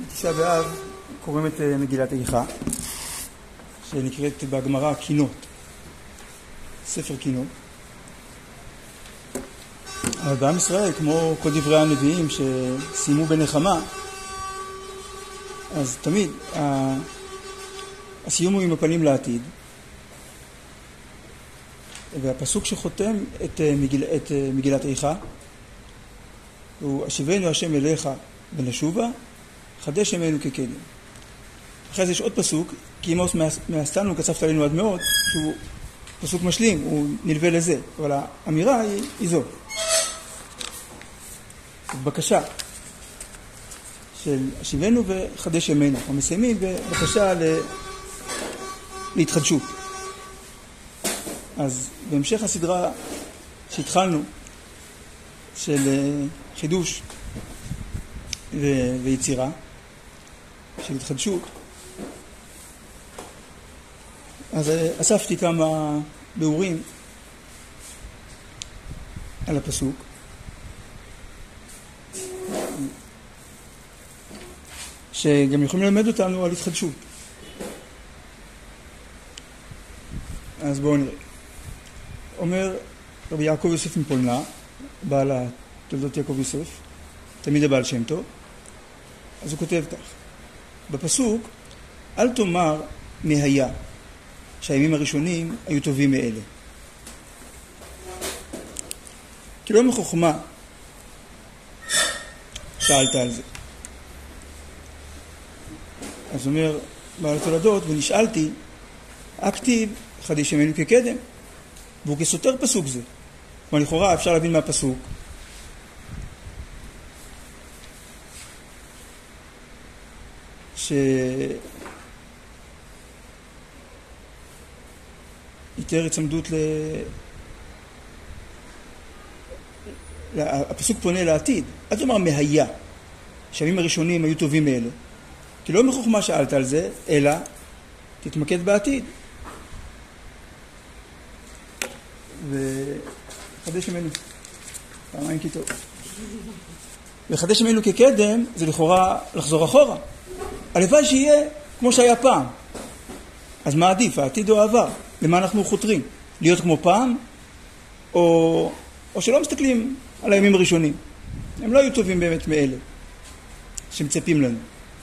בתשעה באב קוראים את מגילת איכה, שנקראת בגמרא קינות, ספר קינות. אבל בעם ישראל, כמו כל דברי הנביאים שסיימו בנחמה, אז תמיד הסיום הוא עם הפנים לעתיד. והפסוק שחותם את מגילת איכה הוא אשיבנו השם אליך ונשובה, חדש ימינו כקדם. אחרי זה יש עוד פסוק, כי עמוס מעשתנו קצפת עלינו עד מאוד, שהוא פסוק משלים, הוא נלווה לזה, אבל האמירה היא זו. בקשה של אשיבנו וחדש ימינו, אנחנו מסיימים בבקשה להתחדשות. אז בהמשך הסדרה שהתחלנו של חידוש ויצירה, של התחדשות, אז אספתי כמה ביאורים על הפסוק. שגם יכולים ללמד אותנו על התחדשות. אז בואו נראה. אומר רבי יעקב יוסף מפולנה, בעל תולדות יעקב יוסף, תמיד הבעל שם טוב, אז הוא כותב כך: בפסוק, אל תאמר מהיה, שהימים הראשונים היו טובים מאלה. כי לא מחוכמה שאלת על זה. אז אומר בעל תולדות, ונשאלתי, הכתיב חדש ימינו כקדם, והוא כסותר פסוק זה. כלומר, לכאורה אפשר להבין מהפסוק שיתר הצמדות הפסוק פונה לעתיד. אל תאמר מהיה, שהימים הראשונים היו טובים מאלה. כי לא מחוכמה שאלת על זה, אלא תתמקד בעתיד. וחדש ימינו, פעמיים כי טוב. וחדש ימינו כקדם, זה לכאורה לחזור אחורה. הלוואי שיהיה כמו שהיה פעם. אז מה עדיף, העתיד או העבר? למה אנחנו חותרים? להיות כמו פעם? או שלא מסתכלים על הימים הראשונים. הם לא היו טובים באמת מאלה שמצפים לנו.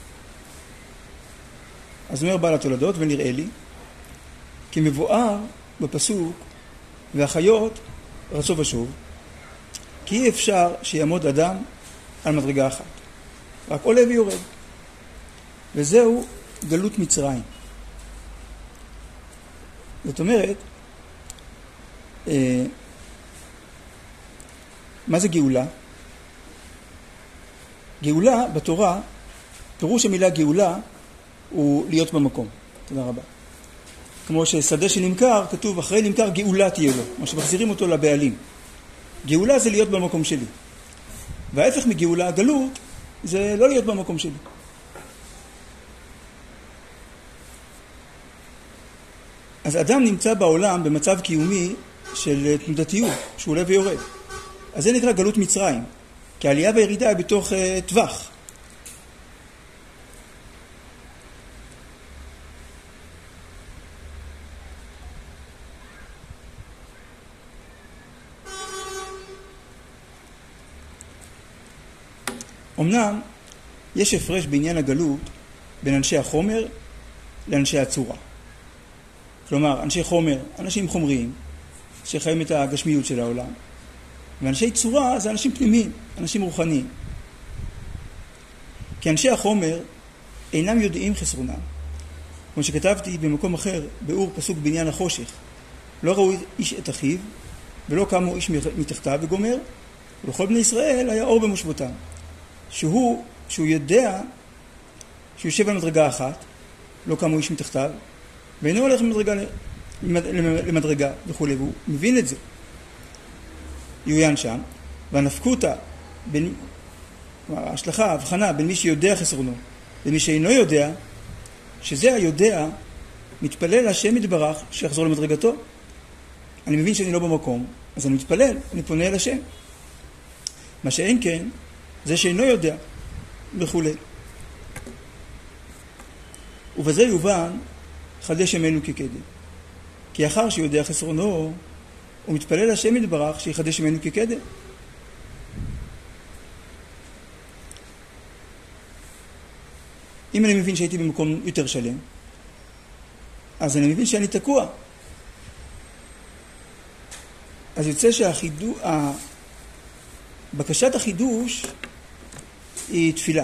אז אומר בעל התולדות, ונראה לי, כי מבואר בפסוק, והחיות רצו ושוב, כי אי אפשר שיעמוד אדם על מדרגה אחת. רק עולה ויורד. וזהו גלות מצרים. זאת אומרת, מה זה גאולה? גאולה בתורה, פירוש המילה גאולה הוא להיות במקום. תודה רבה. כמו ששדה שנמכר, כתוב אחרי נמכר גאולה תהיה לו, כמו שמחזירים אותו לבעלים. גאולה זה להיות במקום שלי. וההפך מגאולה, הגלות, זה לא להיות במקום שלי. אז אדם נמצא בעולם במצב קיומי של תנודתיות, שהוא עולה ויורד. אז זה נקרא גלות מצרים, כי העלייה והירידה היא בתוך טווח. אמנם יש הפרש בעניין הגלות בין אנשי החומר לאנשי הצורה. כלומר, אנשי חומר, אנשים חומריים, שחיים את הגשמיות של העולם. ואנשי צורה זה אנשים פנימיים, אנשים רוחניים. כי אנשי החומר אינם יודעים חסרונם. כמו שכתבתי במקום אחר, באור פסוק בעניין החושך, לא ראו איש את אחיו, ולא קמו איש מתחתיו וגומר, ולכל בני ישראל היה אור במושבותם. שהוא יודע שהוא יושב על מדרגה אחת, לא קמו איש מתחתיו, ואינו הולך למדרגה וכו', והוא מבין את זה. יוין שם, והנפקותה, ההשלכה, ההבחנה בין מי שיודע חסרונו למי שאינו יודע, שזה היודע מתפלל להשם יתברך שיחזור למדרגתו. אני מבין שאני לא במקום, אז אני מתפלל, אני פונה אל השם. מה שאין כן, זה שאינו יודע וכו'. ובזה יובן חדש ימינו כקדם. כי אחר שיודע חסרונו, הוא מתפלל השם יתברך שיחדש ימינו כקדם. אם אני מבין שהייתי במקום יותר שלם, אז אני מבין שאני תקוע. אז יוצא בקשת החידוש היא תפילה.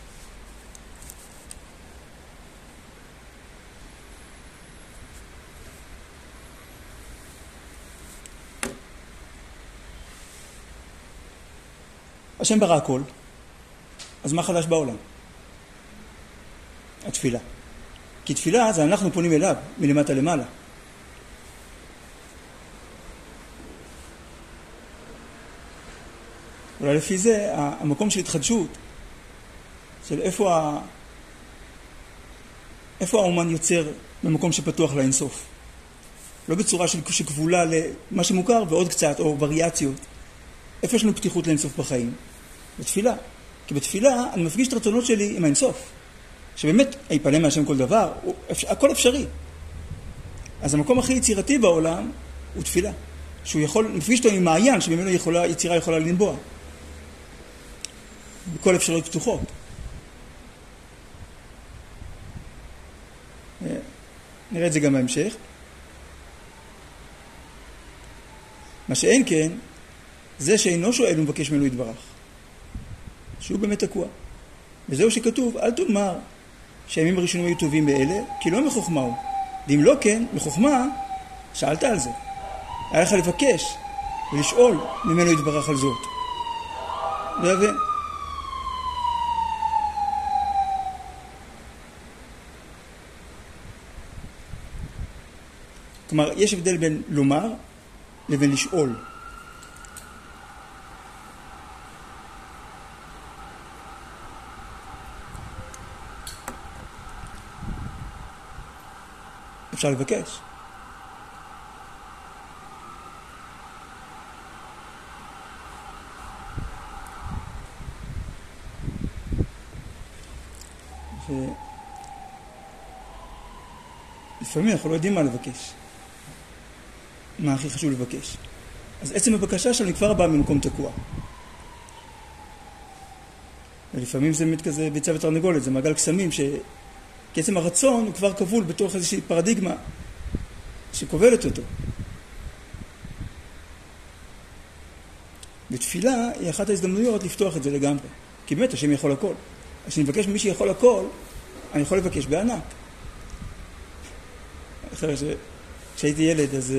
השם ברא הכל, אז מה חדש בעולם? התפילה. כי תפילה זה אנחנו פונים אליו, מלמטה למעלה. אולי לפי זה, המקום של התחדשות, של איפה האומן יוצר במקום שפתוח לאינסוף. לא בצורה שכבולה למה שמוכר ועוד קצת, או וריאציות. איפה יש לנו פתיחות לאינסוף בחיים? בתפילה. כי בתפילה אני מפגיש את הרצונות שלי עם האינסוף. שבאמת היפלא מהשם כל דבר, הכל אפשרי. אז המקום הכי יצירתי בעולם הוא תפילה. שהוא מפגיש אותו עם מעיין, שבאמת יצירה יכולה לנבוע. בכל אפשרויות פתוחות. נראה את זה גם בהמשך. מה שאין כן, זה שאינו שואל ומבקש ממנו יתברך. שהוא באמת תקוע. וזהו שכתוב, אל תאמר שהימים הראשונים היו טובים באלה, כי לא מחוכמה הוא. ואם לא כן, מחוכמה, שאלת על זה. היה לך לבקש ולשאול ממנו יתברך על זאת. לא יבין. כלומר, יש הבדל בין לומר לבין לשאול. אפשר לבקש. לפעמים אנחנו לא יודעים מה לבקש. מה הכי חשוב לבקש. אז עצם הבקשה שלנו כבר באה ממקום תקוע. ולפעמים זה באמת כזה ביצה ותרנגולת, זה מעגל קסמים כי עצם הרצון הוא כבר כבול בתוך איזושהי פרדיגמה שכובלת אותו. ותפילה היא אחת ההזדמנויות לפתוח את זה לגמרי. כי באמת השם יכול הכל. אז כשאני מבקש ממי שיכול הכל, אני יכול לבקש בענק. אחרי כשהייתי ילד, אז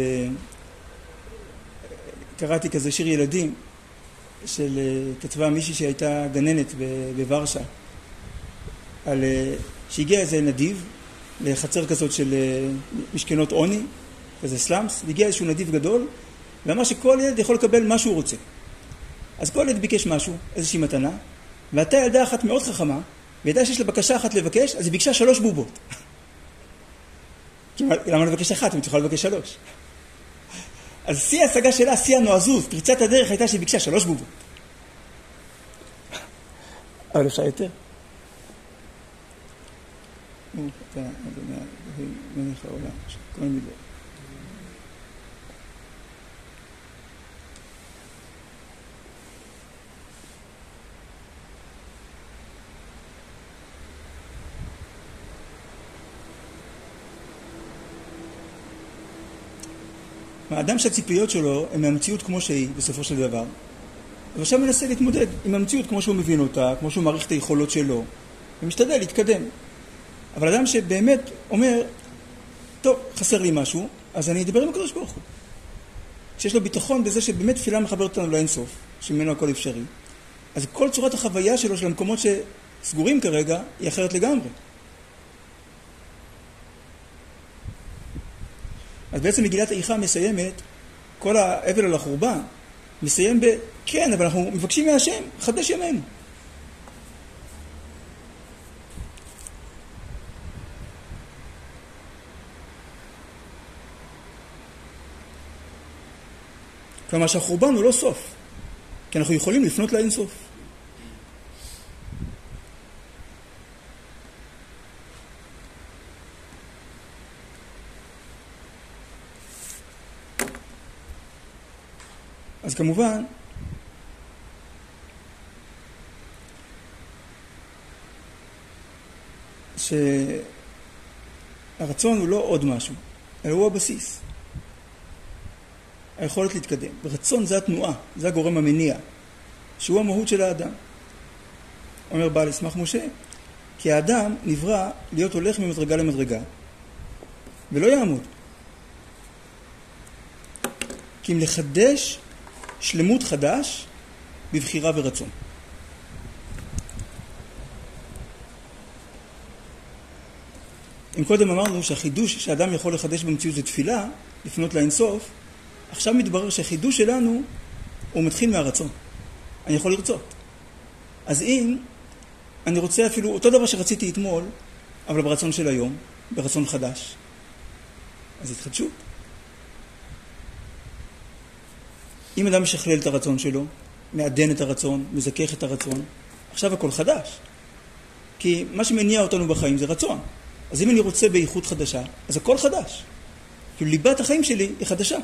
קראתי כזה שיר ילדים של כתבה מישהי שהייתה גננת בוורשה, על שהגיע איזה נדיב לחצר כזאת של משכנות עוני, כזה סלאמס, והגיע איזשהו נדיב גדול, ואמר שכל ילד יכול לקבל מה שהוא רוצה. אז כל ילד ביקש משהו, איזושהי מתנה, והייתה ילדה אחת מאוד חכמה, וידעה שיש לה בקשה אחת לבקש, אז היא ביקשה 3 בובות. למה לבקש 1 אם תוכל לבקש 3? אז שיא ההשגה שלה, שיא הנועזות, פריצת הדרך הייתה שהיא ביקשה 3 בובות. אבל אפשר יותר. אתה, אדוני, מלך העולם, כל מידו. האדם שהציפיות שלו הם מהמציאות כמו שהיא בסופו של דבר, ועכשיו מנסה להתמודד עם המציאות כמו שהוא מבין אותה, כמו שהוא מעריך את היכולות שלו, ומשתדל להתקדם. אבל אדם שבאמת אומר, טוב, חסר לי משהו, אז אני אדבר עם הקדוש ברוך הוא. שיש לו ביטחון בזה שבאמת תפילה מחברת אותנו לאינסוף, שממנו הכל אפשרי. אז כל צורת החוויה שלו של המקומות שסגורים כרגע היא אחרת לגמרי. אז בעצם מגילת האיכה מסיימת, כל האבל על החורבן, מסיים כן, אבל אנחנו מבקשים מהשם, חדש ימינו. כלומר שהחורבן הוא לא סוף, כי אנחנו יכולים לפנות לאינסוף. אז כמובן, שהרצון הוא לא עוד משהו, אלא הוא הבסיס. היכולת להתקדם. רצון זה התנועה, זה הגורם המניע, שהוא המהות של האדם. אומר בעל ישמח משה, כי האדם נברא להיות הולך ממדרגה למדרגה, ולא יעמוד. כי אם לחדש שלמות חדש בבחירה ורצון. אם קודם אמרנו שהחידוש שאדם יכול לחדש במציאות זה תפילה, לפנות לאינסוף, עכשיו מתברר שהחידוש שלנו הוא מתחיל מהרצון. אני יכול לרצות. אז אם אני רוצה אפילו אותו דבר שרציתי אתמול, אבל ברצון של היום, ברצון חדש, אז התחדשות. אם אדם משכלל את הרצון שלו, מעדן את הרצון, מזכך את הרצון, עכשיו הכל חדש. כי מה שמניע אותנו בחיים זה רצון. אז אם אני רוצה באיכות חדשה, אז הכל חדש. כאילו ליבת החיים שלי היא חדשה.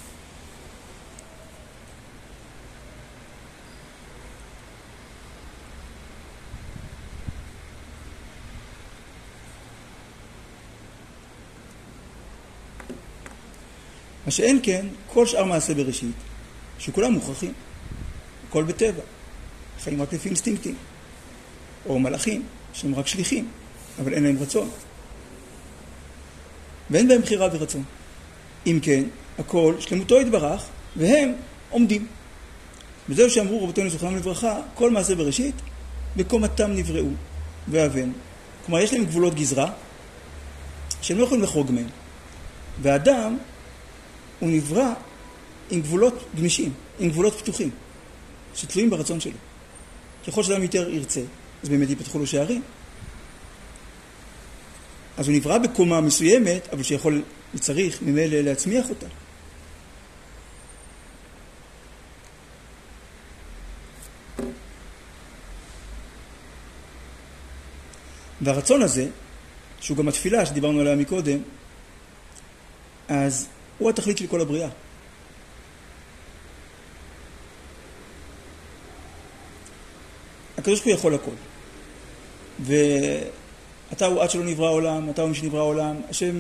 מה שאין כן, כל שאר מעשה בראשית, שכולם מוכרחים, הכל בטבע, חיים רק לפי אינסטינקטים, או מלאכים, שהם רק שליחים, אבל אין להם רצון. ואין בהם בחירה ורצון. אם כן, הכל שלמותו יתברך, והם עומדים. וזהו שאמרו רבותינו זכרם לברכה, כל מעשה בראשית, בקומתם נבראו, ואבן. כלומר, יש להם גבולות גזרה, שהם לא יכולים לחרוג מהם. והאדם, הוא נברא עם גבולות גמישים, עם גבולות פתוחים, שתלויים ברצון שלו. ככל שאדם יותר ירצה, אז באמת ייפתחו לו שערים. אז הוא נברא בקומה מסוימת, אבל שיכול וצריך ממילא להצמיח אותה. והרצון הזה, שהוא גם התפילה שדיברנו עליה מקודם, אז הוא התכלית של כל הבריאה. הקדוש ברוך הוא יכול הכל. ואתה הוא עד שלא נברא העולם, אתה הוא מי שנברא העולם. השם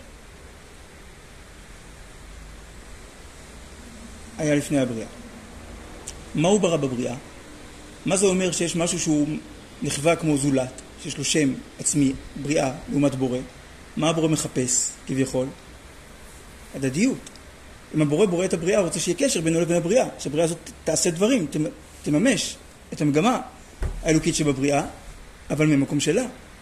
היה לפני הבריאה. מה הוא ברא בבריאה? מה זה אומר שיש משהו שהוא נחווה כמו זולת, שיש לו שם עצמי, בריאה, לעומת בורא? מה הבורא מחפש, כביכול? הדדיות. אם הבורא בורא את הבריאה, הוא רוצה שיהיה קשר בינו לבין הבריאה, שהבריאה הזאת תעשה דברים, תממש את המגמה האלוקית שבבריאה, אבל ממקום שלה.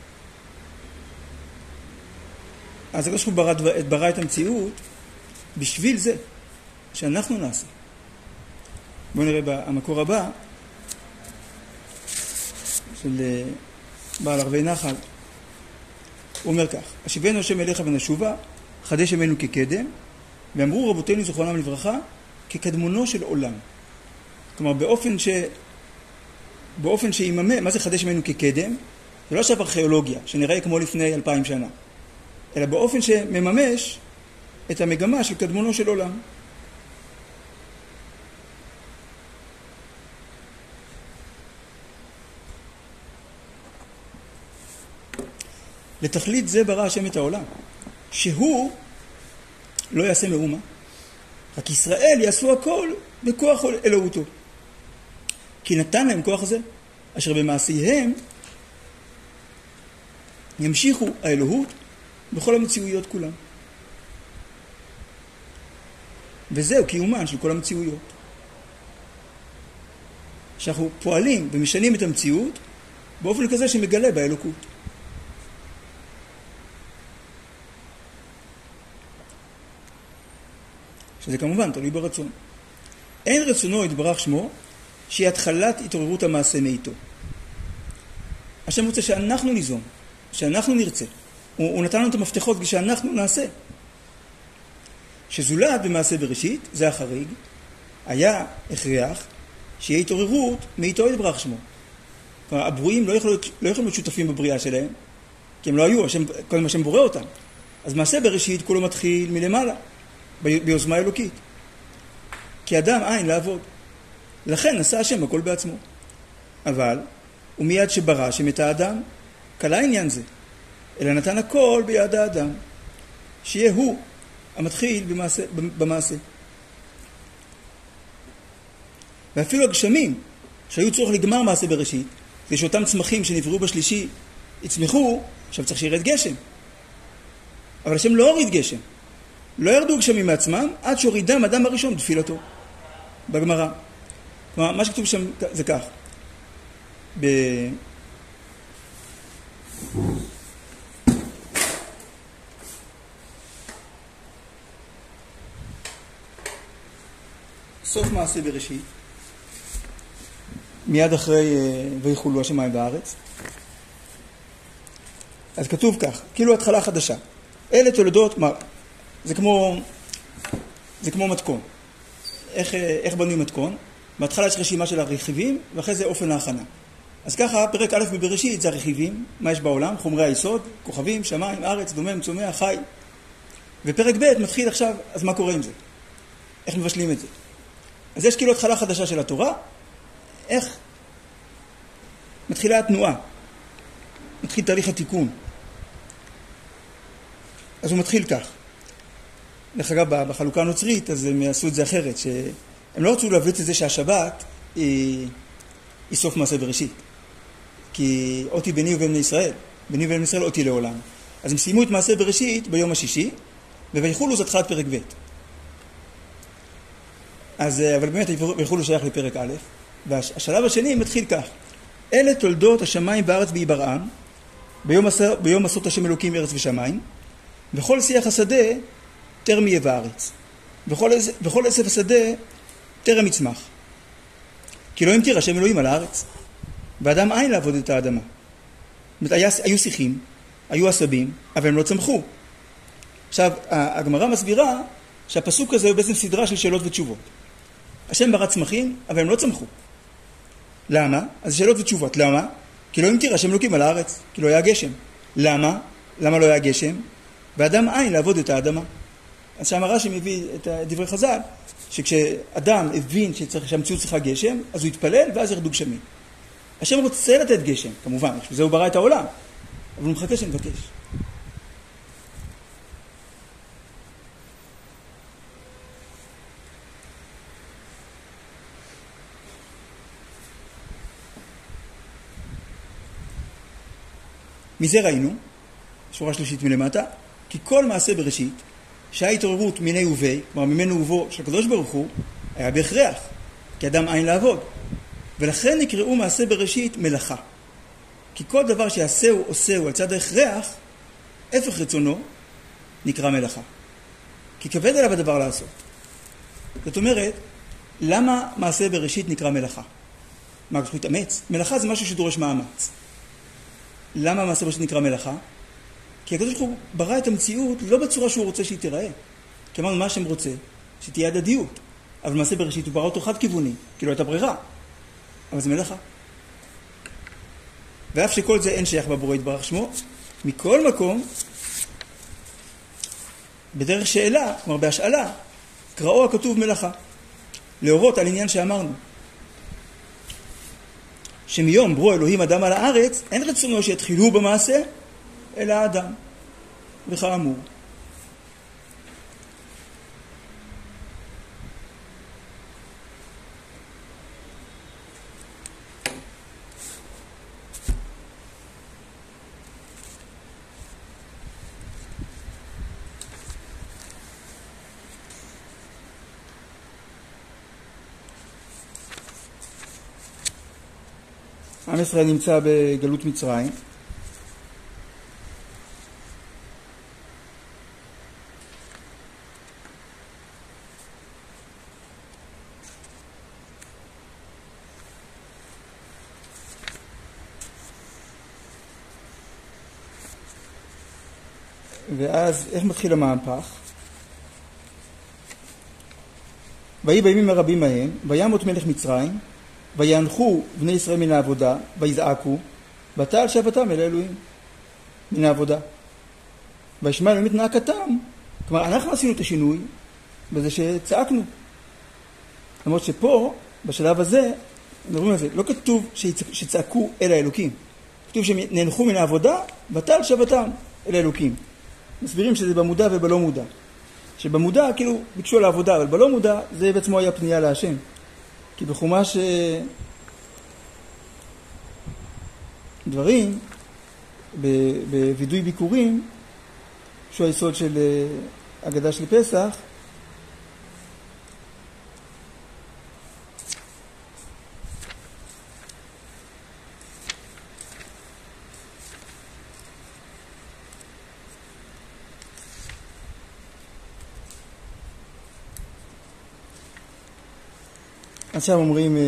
אז הקדוש ברוך הוא ברא את המציאות בשביל זה, שאנחנו נעשה. בואו נראה במקור הבא של בעל ערבי נחל. הוא אומר כך, השיבנו השם אליך ונשובה, חדש ימינו כקדם, ואמרו רבותינו זכרונם לברכה, כקדמונו של עולם. כלומר, באופן שיממה, מה זה חדש ימינו כקדם? זה לא עכשיו ארכיאולוגיה, שנראה כמו לפני 2000 שנה, אלא באופן שמממש את המגמה של קדמונו של עולם. לתכלית זה ברא השם את העולם, שהוא לא יעשה מאומה, רק ישראל יעשו הכל בכוח אלוהותו. כי נתן להם כוח זה, אשר במעשיהם ימשיכו האלוהות בכל המציאויות כולם. וזהו קיומן של כל המציאויות. שאנחנו פועלים ומשנים את המציאות באופן כזה שמגלה באלוקות. שזה כמובן תלוי ברצון. אין רצונו יתברך שמו שהיא התחלת התעוררות המעשה מאיתו. השם רוצה שאנחנו ניזום, שאנחנו נרצה. הוא נתן לנו את המפתחות כשאנחנו נעשה. שזולת במעשה בראשית, זה החריג, היה הכרח שיהיה התעוררות מאיתו יתברך שמו. כלומר, הברואים לא יכולים להיות שותפים בבריאה שלהם, כי הם לא היו, קודם השם בורא אותם. אז מעשה בראשית כולו מתחיל מלמעלה, ביוזמה אלוקית. כי אדם אין לעבוד. לכן עשה השם הכל בעצמו. אבל, ומיד שברא השם את האדם, קלה עניין זה, אלא נתן הכל ביד האדם, שיהיה הוא המתחיל במעשה. ואפילו הגשמים, שהיו צורך לגמר מעשה בראשית, כדי שאותם צמחים שנבראו בשלישי יצמחו, עכשיו צריך שירד גשם. אבל השם לא הוריד גשם. לא ירדו גשמים מעצמם, עד שהורידם אדם הראשון בתפילתו. בגמרא. כלומר, מה שכתוב שם זה כך. סוף מעשה בראשית, מיד אחרי ויחולו השמיים בארץ, אז כתוב כך, כאילו התחלה חדשה. אלה תולדות, זה כמו מתכון. איך בנוי מתכון? בהתחלה יש רשימה של הרכיבים, ואחרי זה אופן ההכנה. אז ככה, פרק א' בבראשית זה הרכיבים, מה יש בעולם, חומרי היסוד, כוכבים, שמיים, ארץ, דומם, צומח, חי. ופרק ב' מתחיל עכשיו, אז מה קורה עם זה? איך מבשלים את זה? אז יש כאילו התחלה חדשה של התורה, איך מתחילה התנועה, מתחיל תהליך התיקון. אז הוא מתחיל כך. דרך אגב, בחלוקה הנוצרית, אז הם עשו את זה אחרת, שהם לא רצו להבליט את זה שהשבת היא סוף מעשה בראשית. כי אותי ביני ובין בני ישראל, ביני ובין בני ישראל אותי לעולם. אז הם סיימו את מעשה בראשית ביום השישי, ויחולו זה התחלת פרק ב'. אבל באמת ויחולו שייך לפרק א', והשלב השני מתחיל כך. אלה תולדות השמיים והארץ בהיברעם, ביום עשות השם אלוקים ארץ ושמיים, וכל שיח השדה טרם יהיה בארץ, וכל עשף השדה טרם יצמח. כי לא המטיר השם אלוהים על הארץ, ואדם אין לעבוד את האדמה. היו שיחים, היו עשבים, אבל הם לא צמחו. עכשיו, הגמרא מסבירה שהפסוק הזה הוא בעצם סדרה של שאלות ותשובות. השם ברא צמחים, אבל הם לא צמחו. למה? אז שאלות ותשובות. למה? כי לא המטיר השם אלוקים על הארץ, כי לא היה גשם. למה? למה לא היה גשם? ואדם אין לעבוד את האדמה. אז שם הרש"י מביא את דברי חז"ל, שכשאדם הבין שהמציאות צריכה גשם, אז הוא התפלל ואז ירדו גשמים. השם רוצה לתת גשם, כמובן, בשביל זה הוא ברא את העולם, אבל הוא מחכה שנבקש. מזה ראינו, שורה שלישית מלמטה, כי כל מעשה בראשית, שההתעוררות מיני ובי, כלומר ממנו ובו של הקדוש ברוך הוא, היה בהכרח, כי אדם אין לעבוד. ולכן נקראו מעשה בראשית מלאכה. כי כל דבר שיעשהו עושהו על צד ההכרח, הפך רצונו, נקרא מלאכה. כי כבד עליו הדבר לעשות. זאת אומרת, למה מעשה בראשית נקרא מלאכה? מה, צריך להתאמץ? מלאכה זה משהו שדורש מאמץ. למה מעשה בראשית נקרא מלאכה? כי הקדוש ברוך הוא ברא את המציאות לא בצורה שהוא רוצה שהיא תיראה. כי אמרנו מה שהם רוצה, שתהיה הדדיות. אבל מעשה בראשית הוא ברא אותו חד כיווני, כי לא הייתה ברירה. אבל זה מלאכה. ואף שכל זה אין שייך בבורא יתברך שמו, מכל מקום, בדרך שאלה, כלומר בהשאלה, קראו הכתוב מלאכה. להורות על עניין שאמרנו. שמיום ברוא אלוהים אדם על הארץ, אין רצונו שיתחילו במעשה, אלא האדם. וכאמור. עם ישראל נמצא בגלות מצרים. ואז איך מתחיל המהפך? ויהי בימים הרבים ההם, וימות מלך מצרים, ויאנחו בני ישראל מן העבודה, ויזעקו, ותעל שבתם אל האלוהים מן העבודה. וישמע אלוהים את נאקתם, כלומר אנחנו עשינו את השינוי בזה שצעקנו. למרות שפה, בשלב הזה, מדברים על זה, לא כתוב שצעקו אל האלוקים. כתוב שהם נאנחו מן העבודה, ותל שבתם אל האלוקים. מסבירים שזה במודע ובלא מודע. שבמודע כאילו ביקשו על העבודה, אבל בלא מודע זה בעצמו היה פנייה להשם. כי בחומש דברים, בווידוי ביקורים, שהוא היסוד של אגדה של פסח, אז שם אומרים,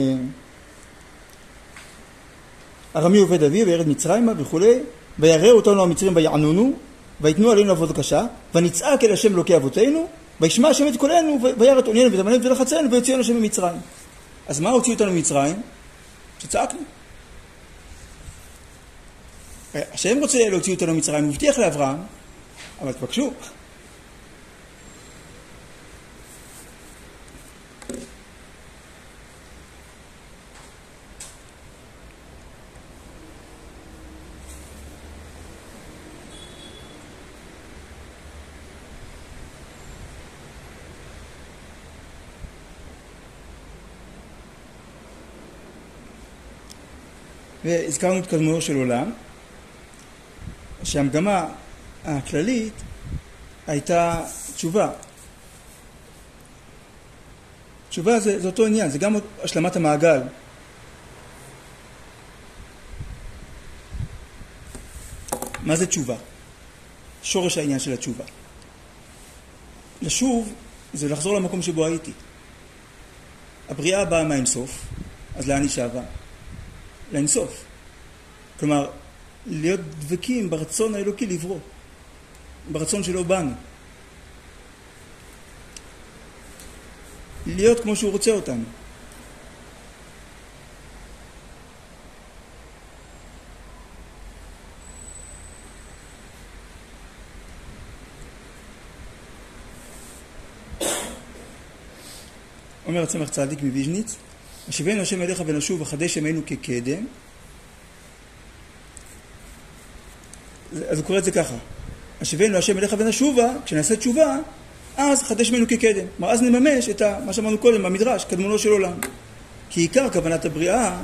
ארמי עובד אבי וירד מצרימה וכו', וירא אותנו המצרים ויענונו, ויתנו עלינו עבודה קשה, ונצעק אל השם אלוקי אבותינו, וישמע השם את קולנו, וירא את עונינו ודמנו ולחצנו, ויוציאנו השם ממצרים. אז מה הוציאו אותנו ממצרים? שצעקנו. השם רוצה להוציא אותנו ממצרים, הוא הבטיח לאברהם, אבל תבקשו. והזכרנו את קדמונו של עולם, שהמגמה הכללית הייתה תשובה. תשובה זה אותו עניין, זה גם השלמת המעגל. מה זה תשובה? שורש העניין של התשובה. לשוב זה לחזור למקום שבו הייתי. הבריאה באה מהאינסוף, אז לאן היא שבה? לאינסוף. כלומר, להיות דבקים ברצון האלוקי לברוא, ברצון שלו בנו. להיות כמו שהוא רוצה אותנו. אומר הצמח צדיק מוויז'ניץ, השיבנו השם אליך ונשוב וחדש ימינו כקדם. אז הוא קורא את זה ככה, השיבנו השם אליך ונשובה, כשנעשה תשובה, אז חדש ימינו כקדם. כלומר, אז נממש את מה שאמרנו קודם במדרש, קדמונו של עולם. כי עיקר כוונת הבריאה,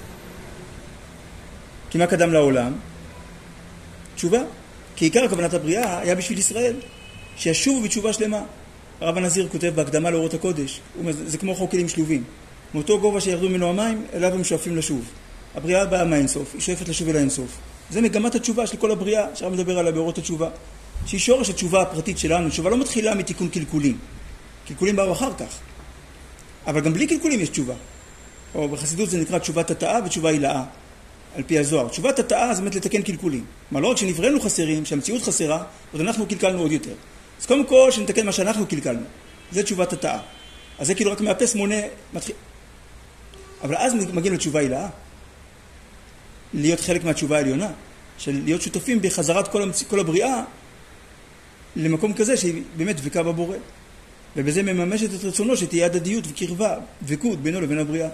כי מה קדם לעולם? תשובה. כי עיקר כוונת הבריאה היה בשביל ישראל, שישובו בתשובה שלמה. הרב הנזיר כותב בהקדמה לאורות הקודש, זה כמו חוקלים שלובים. מאותו גובה שירדו ממנו המים, אליו הם שואפים לשוב. הבריאה באה מהאינסוף, היא שואפת לשוב אל האינסוף. זה מגמת התשובה של כל הבריאה, שהרב מדבר עליה באורות התשובה. שהיא שורש התשובה הפרטית שלנו. תשובה לא מתחילה מתיקון קלקולים. קלקולים באו אחר כך. אבל גם בלי קלקולים יש תשובה. או בחסידות זה נקרא תשובת התאה ותשובה הילאה, על פי הזוהר. תשובת התאה זה באמת לתקן קלקולים. מה לא רק שנבראנו חסרים, שהמציאות חסרה, עוד אנחנו קלקלנו עוד יותר. אז קודם כל שנתקן מה שאנחנו קלקלנו. זה תשובת התאה. אז זה כאילו רק מאפס מונה מתחיל. אבל אז מגיעים לתשובה הילאה. להיות חלק מהתשובה העליונה. של להיות שותפים בחזרת כל הבריאה למקום כזה שהיא באמת דבקה בבורא. ובזה מממשת את רצונו שתהיה הדדיות וקרבה, דבקות בינו לבין הבריאה.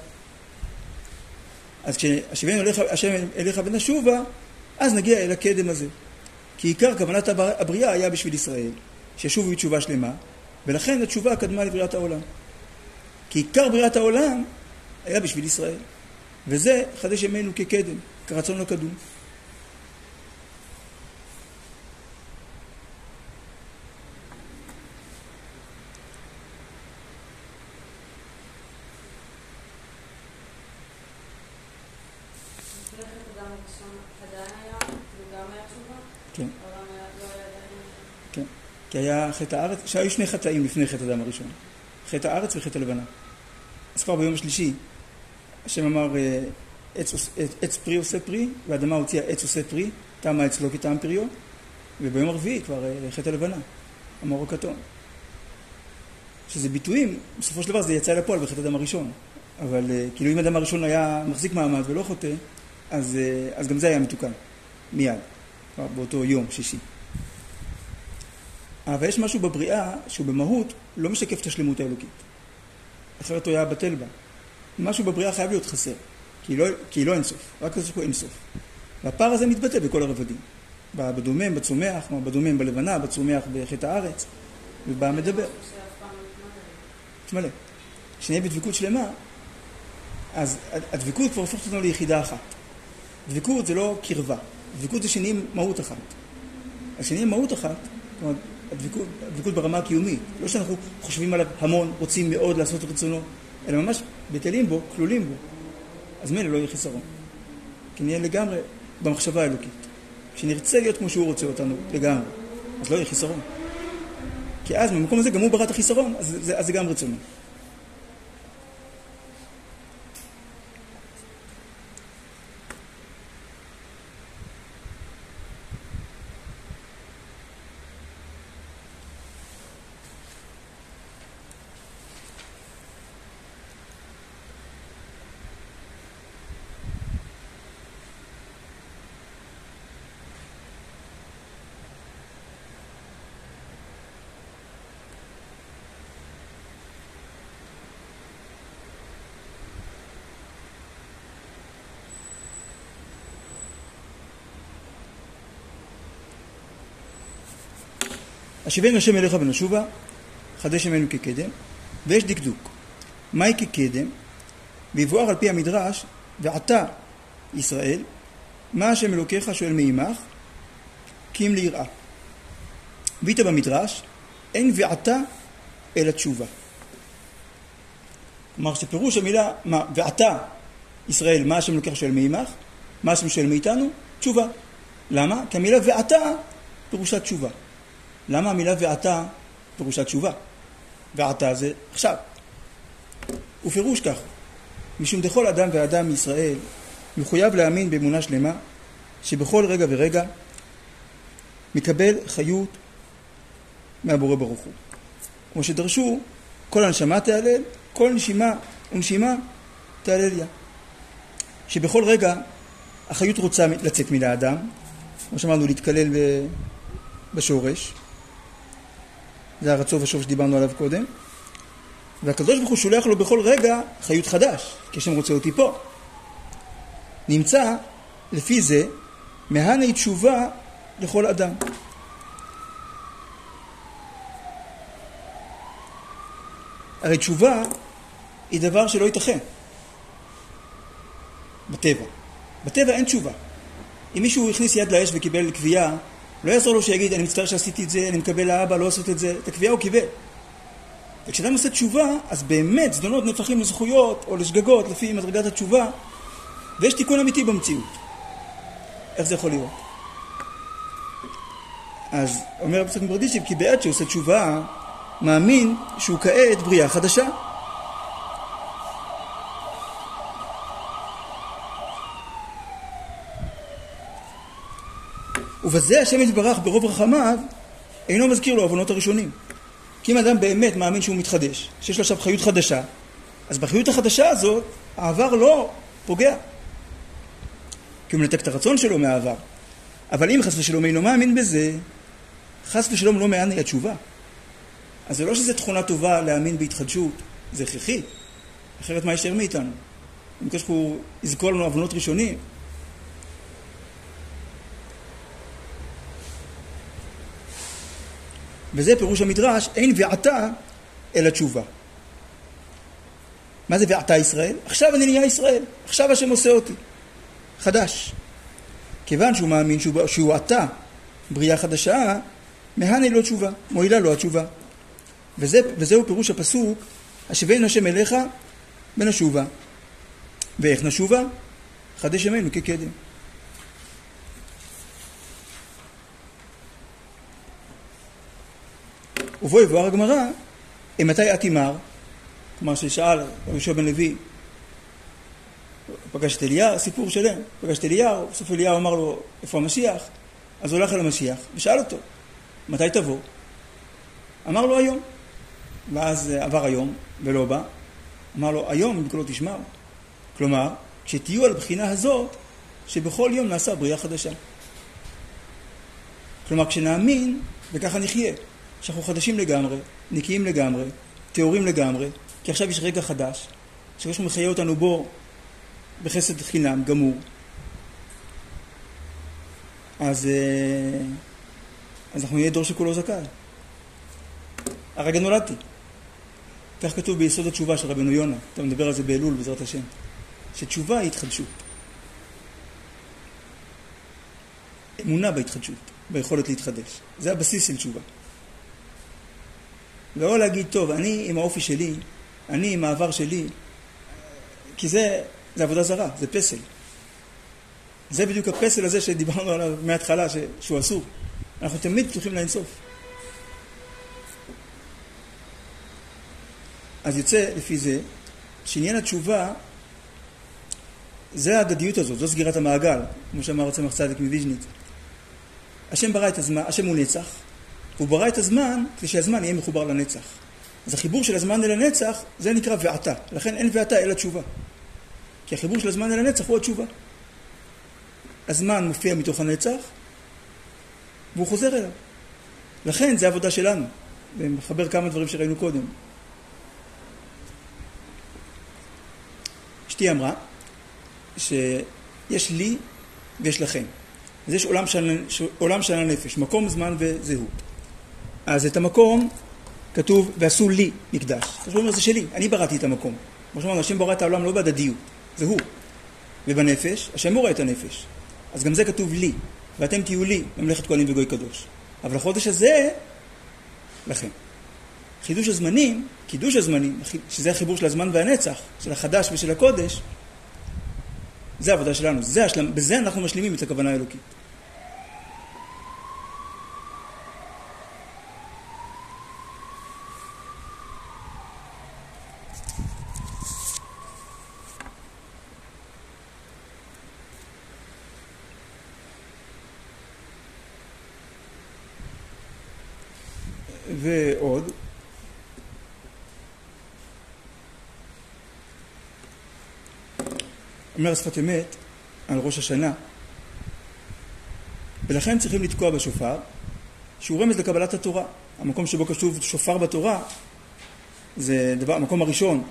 אז כשהשיבנו השם אליך ונשובה, אז נגיע אל הקדם הזה. כי עיקר כוונת הבריאה היה בשביל ישראל, שישובו בתשובה שלמה, ולכן התשובה קדמה לבריאת העולם. כי עיקר בריאת העולם היה בשביל ישראל. וזה חדש ימינו כקדם, כרצון לא קדום. כן. כן. כי היה חטא הארץ, שהיו שני חטאים לפני חטא אדם הראשון. חטא הארץ וחטא הלבנה. אז כבר ביום השלישי, השם אמר, עץ פרי עושה פרי, והאדמה הוציאה עץ עושה פרי, טעם העץ לא כטעם פריו, וביום הרביעי כבר חטא הלבנה, המאור הכתום. שזה ביטויים, בסופו של דבר זה יצא לפועל בחטא אדם הראשון. אבל כאילו אם אדם הראשון היה מחזיק מעמד ולא חוטא, אז גם זה היה מתוקן, מיד, באותו יום שישי. אבל יש משהו בבריאה שהוא במהות לא משקף את השלמות האלוקית. אחרת הוא היה בטל בה. משהו בבריאה חייב להיות חסר, כי היא לא אינסוף, רק זה שהוא אינסוף. והפער הזה מתבטא בכל הרבדים. בדומם, בצומח, בדומם בלבנה, בצומח בחטא הארץ, ובמדבר. תמלא. כשנהיה בדבקות שלמה, אז הדבקות כבר הופכת אותנו ליחידה אחת. דבקות זה לא קרבה, דבקות זה שנהיים מהות אחת. אז שנהיים מהות אחת, כלומר, הדבקות ברמה הקיומית, לא שאנחנו חושבים עליו המון, רוצים מאוד לעשות רצונו, אלא ממש בטלים בו, כלולים בו. אז מילא לא יהיה חיסרון. כי נהיה לגמרי במחשבה האלוקית. כשנרצה להיות כמו שהוא רוצה אותנו לגמרי, אז לא יהיה חיסרון. כי אז במקום הזה גם הוא ברא את החיסרון, אז זה גם רצונו. השיבנו השם אליך ונשובה, חדש ימינו כקדם, ויש דקדוק. מהי כקדם? ויבואר על פי המדרש, ועתה ישראל, מה השם אלוקיך שואל מעמך, כי אם ליראה. ואיתה במדרש, אין ועתה אלא תשובה. כלומר שפירוש המילה, ועתה ישראל, מה השם אלוקיך שואל מעמך, מה השם שואל מאיתנו? תשובה. למה? כי המילה ועתה פירושה תשובה. למה המילה ועתה פירושה תשובה? ועתה זה עכשיו. ופירוש כך, משום דכל אדם ואדם מישראל מחויב להאמין באמונה שלמה שבכל רגע ורגע מקבל חיות מהבורא ברוך הוא. כמו שדרשו, כל הנשמה תהלל, כל נשימה ונשימה תהלליה. שבכל רגע החיות רוצה לצאת מן האדם, כמו שאמרנו, להתקלל בשורש. זה הרצון והשורש שדיברנו עליו קודם. והקדוש ברוך הוא שולח לו בכל רגע חיות חדש, כשם רוצה אותי פה. נמצא לפי זה מהני תשובה לכל אדם. הרי תשובה היא דבר שלא ייתכן בטבע. בטבע אין תשובה. אם מישהו הכניס יד לאש וקיבל קביעה, לא יעזור לו שיגיד, אני מצטער שעשיתי את זה, אני מקבל לאבא, לא לעשות את זה. את הקביעה הוא קיבל. וכשאדם עושה תשובה, אז באמת זדונות נהפכים לזכויות או לשגגות לפי מדרגת התשובה, ויש תיקון אמיתי במציאות. איך זה יכול להיות? אז אומר רב יצחק מברדיצ'ב, כי בעת שעושה תשובה, מאמין שהוא כעת בריאה חדשה. ובזה השם יתברך ברוב רחמיו אינו מזכיר לו עוונות הראשונים. כי אם אדם באמת מאמין שהוא מתחדש, שיש לו עכשיו חיות חדשה, אז בחיות החדשה הזאת העבר לא פוגע. כי הוא מנתק את הרצון שלו מהעבר. אבל אם חס ושלום אינו מאמין בזה, חס ושלום לא מענה התשובה. אז זה לא שזה תכונה טובה להאמין בהתחדשות, זה הכרחי. אחרת מה יישאר מאיתנו? אם כשהוא יזכור לנו עוונות ראשונים, וזה פירוש המדרש, אין ועתה אלא תשובה. מה זה ועתה ישראל? עכשיו אני נהיה ישראל, עכשיו השם עושה אותי. חדש. כיוון שהוא מאמין שהוא עתה בריאה חדשה, מהנה לו תשובה, מועילה לו התשובה. וזהו פירוש הפסוק, השבנו השם אליך ונשובה. ואיך נשובה? חדש ימינו כקדם. ובו יבואר הגמרא, מתי את אמר? כלומר ששאל יהושע בן לוי, פגש את אליהו, סיפור שלם, פגש את אליהו, בסוף אליהו אמר לו, איפה המשיח? אז הוא הולך אל המשיח ושאל אותו, מתי תבוא? אמר לו היום. ואז עבר היום ולא בא. אמר לו, היום אם לא תשמעו. כלומר, כשתהיו על הבחינה הזאת, שבכל יום נעשה בריאה חדשה. כלומר, כשנאמין, וככה נחיה, שאנחנו חדשים לגמרי, נקיים לגמרי, תיאורים לגמרי, כי עכשיו יש רגע חדש, שקדוש ברוך הוא מחיה אותנו בו בחסד חינם, גמור. אז אנחנו נהיה דור שכולו זכאי. הרגע נולדתי. כך כתוב ביסוד התשובה של רבנו יונה, אתה מדבר על זה באלול בעזרת השם, שתשובה היא התחדשות. אמונה בהתחדשות, ביכולת להתחדש. זה הבסיס של תשובה. לא להגיד, טוב, אני עם האופי שלי, אני עם העבר שלי, כי זה עבודה זרה, זה פסל. זה בדיוק הפסל הזה שדיברנו עליו מההתחלה, שהוא אסור. אנחנו תמיד פתוחים לאינסוף. אז יוצא לפי זה, שעניין התשובה, זה ההדדיות הזאת, זו סגירת המעגל, כמו שאמר הצמח צדיק מוויז'ניץ. השם ברא את הזמן, השם הוא נצח, והוא ברא את הזמן כדי שהזמן יהיה מחובר לנצח. אז החיבור של הזמן אל הנצח, זה נקרא ועתה. לכן אין ועתה אלא תשובה. כי החיבור של הזמן אל הנצח הוא התשובה. הזמן מופיע מתוך הנצח, והוא חוזר אליו. לכן זה העבודה שלנו. ומחבר כמה דברים שראינו קודם. אשתי אמרה שיש לי ויש לכם. אז יש עולם של הנפש, מקום, זמן וזהות. אז את המקום כתוב, ועשו לי מקדש. אז הוא אומר, זה שלי, אני בראתי את המקום. כמו שאומר, השם ברא את העולם לא בהדדיות, זה הוא. ובנפש, השם ברא את הנפש. אז גם זה כתוב לי, ואתם תהיו לי, ממלכת כהנים וגוי קדוש. אבל החודש הזה, לכם. חידוש הזמנים, קידוש הזמנים, שזה החיבור של הזמן והנצח, של החדש ושל הקודש, זה העבודה שלנו, בזה אנחנו משלימים את הכוונה האלוקית. ועוד, אומר שפת אמת על ראש השנה, ולכן צריכים לתקוע בשופר, שהוא רמז לקבלת התורה. המקום שבו כתוב שופר בתורה, זה המקום הראשון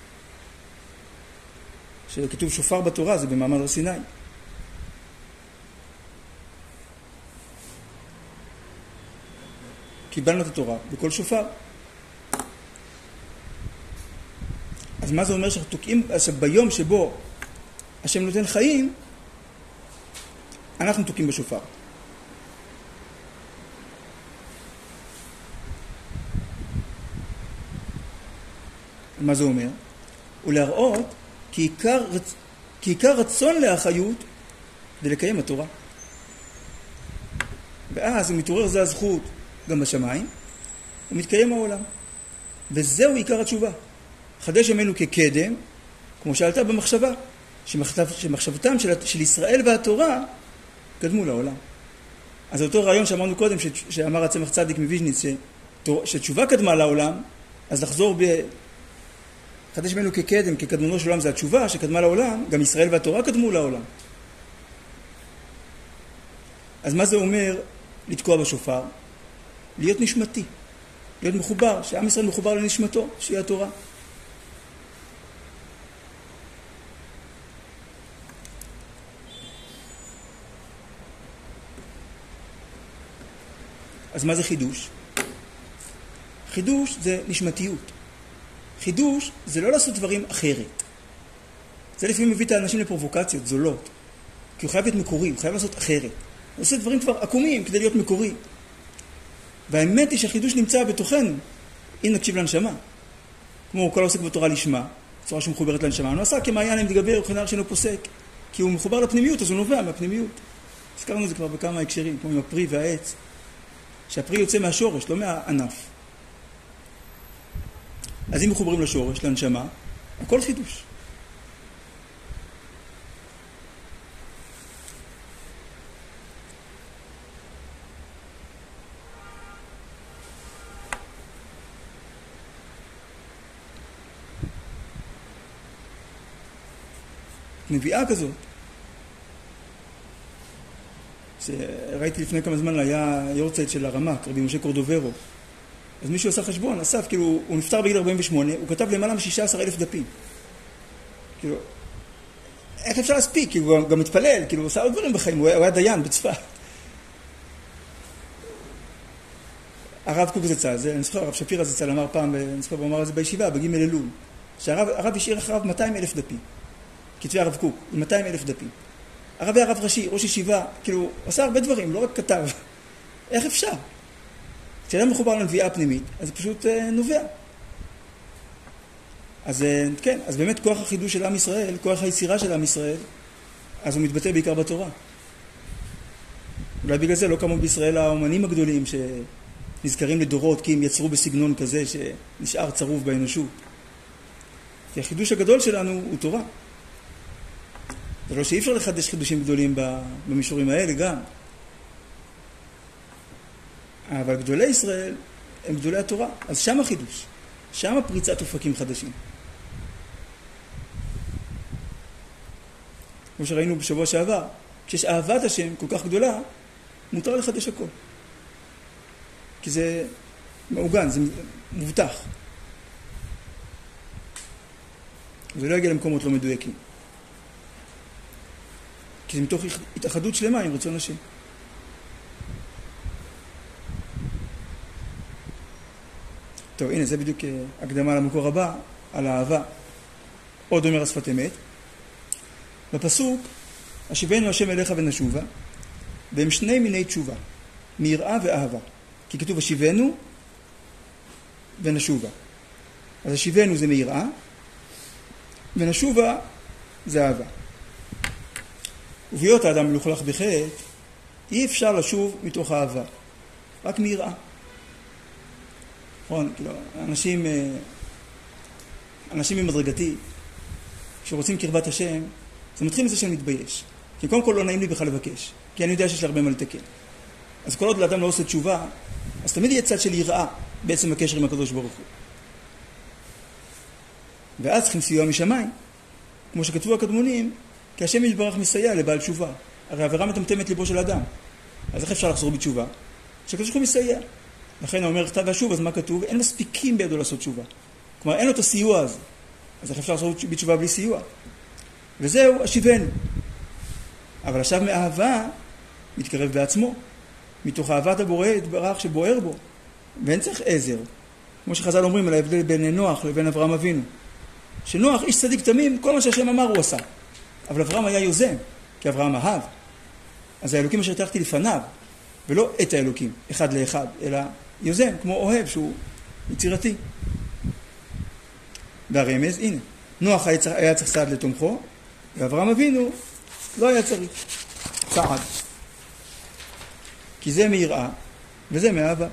שכתוב שופר בתורה, זה במעמד הר סיני. קיבלנו את התורה בכל שופר. אז מה זה אומר שאנחנו תוקעים, ביום שבו השם נותן חיים, אנחנו תוקעים בשופר. מה זה אומר? ולהראות כי עיקר רצון לאחיות כדי לקיים התורה. ואז הוא מתעורר, זה הזכות גם בשמיים, ומתקיים העולם. וזהו עיקר התשובה. חדש ימינו כקדם, כמו שעלתה במחשבה, שמחשבתם של ישראל והתורה קדמו לעולם. אז אותו רעיון שאמרנו קודם, שאמר הצמח צדיק מוויז'ניץ, שתשובה קדמה לעולם, אז לחזור חדש ימינו כקדם, כקדמונו של עולם, זה התשובה שקדמה לעולם, גם ישראל והתורה קדמו לעולם. אז מה זה אומר לתקוע בשופר? להיות נשמתי, להיות מחובר, שעם ישראל מחובר לנשמתו, שהיא התורה. אז מה זה חידוש? חידוש זה נשמתיות. חידוש זה לא לעשות דברים אחרת. זה לפעמים מביא את האנשים לפרובוקציות זולות. כי הוא חייב להיות מקורי, הוא חייב לעשות אחרת. הוא עושה דברים כבר עקומים כדי להיות מקורי. והאמת היא שהחידוש נמצא בתוכנו, אם נקשיב לנשמה. כמו כל העוסק בתורה לשמה, צורה שמחוברת לנשמה. הוא עשה כמעיין אם תגבר וכנר שאינו פוסק. כי הוא מחובר לפנימיות, אז הוא נובע מהפנימיות. הזכרנו את זה כבר בכמה הקשרים, כמו עם הפרי והעץ. שהפרי יוצא מהשורש, לא מהענף. אז אם מחוברים לשורש, לנשמה, הכל חידוש. נביאה כזאת, שראיתי לפני כמה זמן, היה יורצייט של הרמ"ק, רבי משה קורדוברו, אז מישהו עשה חשבון, אסף, כאילו, הוא נפטר בגיל 48, הוא כתב למעלה מ-16,000 דפים. כאילו, איך אפשר להספיק? כאילו, הוא גם מתפלל, כאילו, הוא עושה עוד דברים בחיים, הוא היה דיין בצפת. הרב קוק זצ"ל, אני זוכר, הרב שפירא זצ"ל אמר פעם, אני זוכר, הוא אמר את זה בישיבה, בג' אלול, שהרב השאיר אחריו 200,000 דפים. כתבי הרב קוק, 200,000 דפים. הרב היה רב ראשי, ראש ישיבה, כאילו, עשה הרבה דברים, לא רק כתב. איך אפשר? כשאדם מחובר לנביאה הפנימית, אז זה פשוט נובע. אז כן, אז באמת כוח החידוש של עם ישראל, כוח היצירה של עם ישראל, אז הוא מתבטא בעיקר בתורה. אולי בגלל זה לא קמו בישראל האומנים הגדולים שנזכרים לדורות, כי הם יצרו בסגנון כזה שנשאר צרוב באנושות. כי החידוש הגדול שלנו הוא תורה. זה לא שאי אפשר לחדש חידושים גדולים במישורים האלה גם. אבל גדולי ישראל הם גדולי התורה. אז שם החידוש. שם פריצת אופקים חדשים. כמו שראינו בשבוע שעבר, כשיש אהבת השם כל כך גדולה, מותר לחדש הכל. כי זה מעוגן, זה מובטח. זה לא יגיע למקומות לא מדויקים. כי זה מתוך התאחדות שלמה עם רצון השם. טוב, הנה, זה בדיוק הקדמה למקור הבא, על האהבה. עוד אומר השפת אמת. בפסוק, השיבנו השם אליך ונשובה, והם שני מיני תשובה, מיראה ואהבה. כי כתוב השיבנו ונשובה. אז השיבנו זה מיראה, ונשובה זה אהבה. ובהיות האדם מלוכלך בחטא, אי אפשר לשוב מתוך אהבה, רק מיראה. נכון, כאילו, אנשים ממדרגתי, שרוצים קרבת השם, זה מתחיל מזה שאני מתבייש. כי קודם כל לא נעים לי בכלל לבקש, כי אני יודע שיש לי הרבה מה לתקן. אז כל עוד לאדם לא עושה תשובה, אז תמיד יהיה צד של יראה בעצם הקשר עם הקדוש ברוך הוא. ואז צריכים סיוע משמיים. כמו שכתבו הקדמונים, כי השם יתברך מסייע לבעל תשובה. הרי עבירה מטמטמת ליבו של אדם. אז איך אפשר לחזור בתשובה? שהקדוש ברוך הוא מסייע. לכן הוא אומר, כתב והשוב, אז מה כתוב? אין מספיקים בידו לעשות תשובה. כלומר, אין לו את הסיוע הזה. אז איך אפשר לעשות בתשובה בלי סיוע? וזהו, השיבנו. אבל עכשיו מאהבה מתקרב בעצמו. מתוך אהבת הבורא יתברך שבוער בו. ואין צריך עזר. כמו שחז"ל אומרים על ההבדל בין נוח לבין אברהם אבינו. שנוח, איש צדיק תמים, כל מה שהשם אמר הוא עשה. אבל אברהם היה יוזם, כי אברהם אהב. אז האלוקים אשר תחתי לפניו, ולא את האלוקים, אחד לאחד, אלא יוזם, כמו אוהב, שהוא יצירתי. והרמז, הנה, נוח היה צריך סעד לתומכו, ואברהם אבינו לא היה צריך סעד. כי זה מיראה, וזה מאהבה.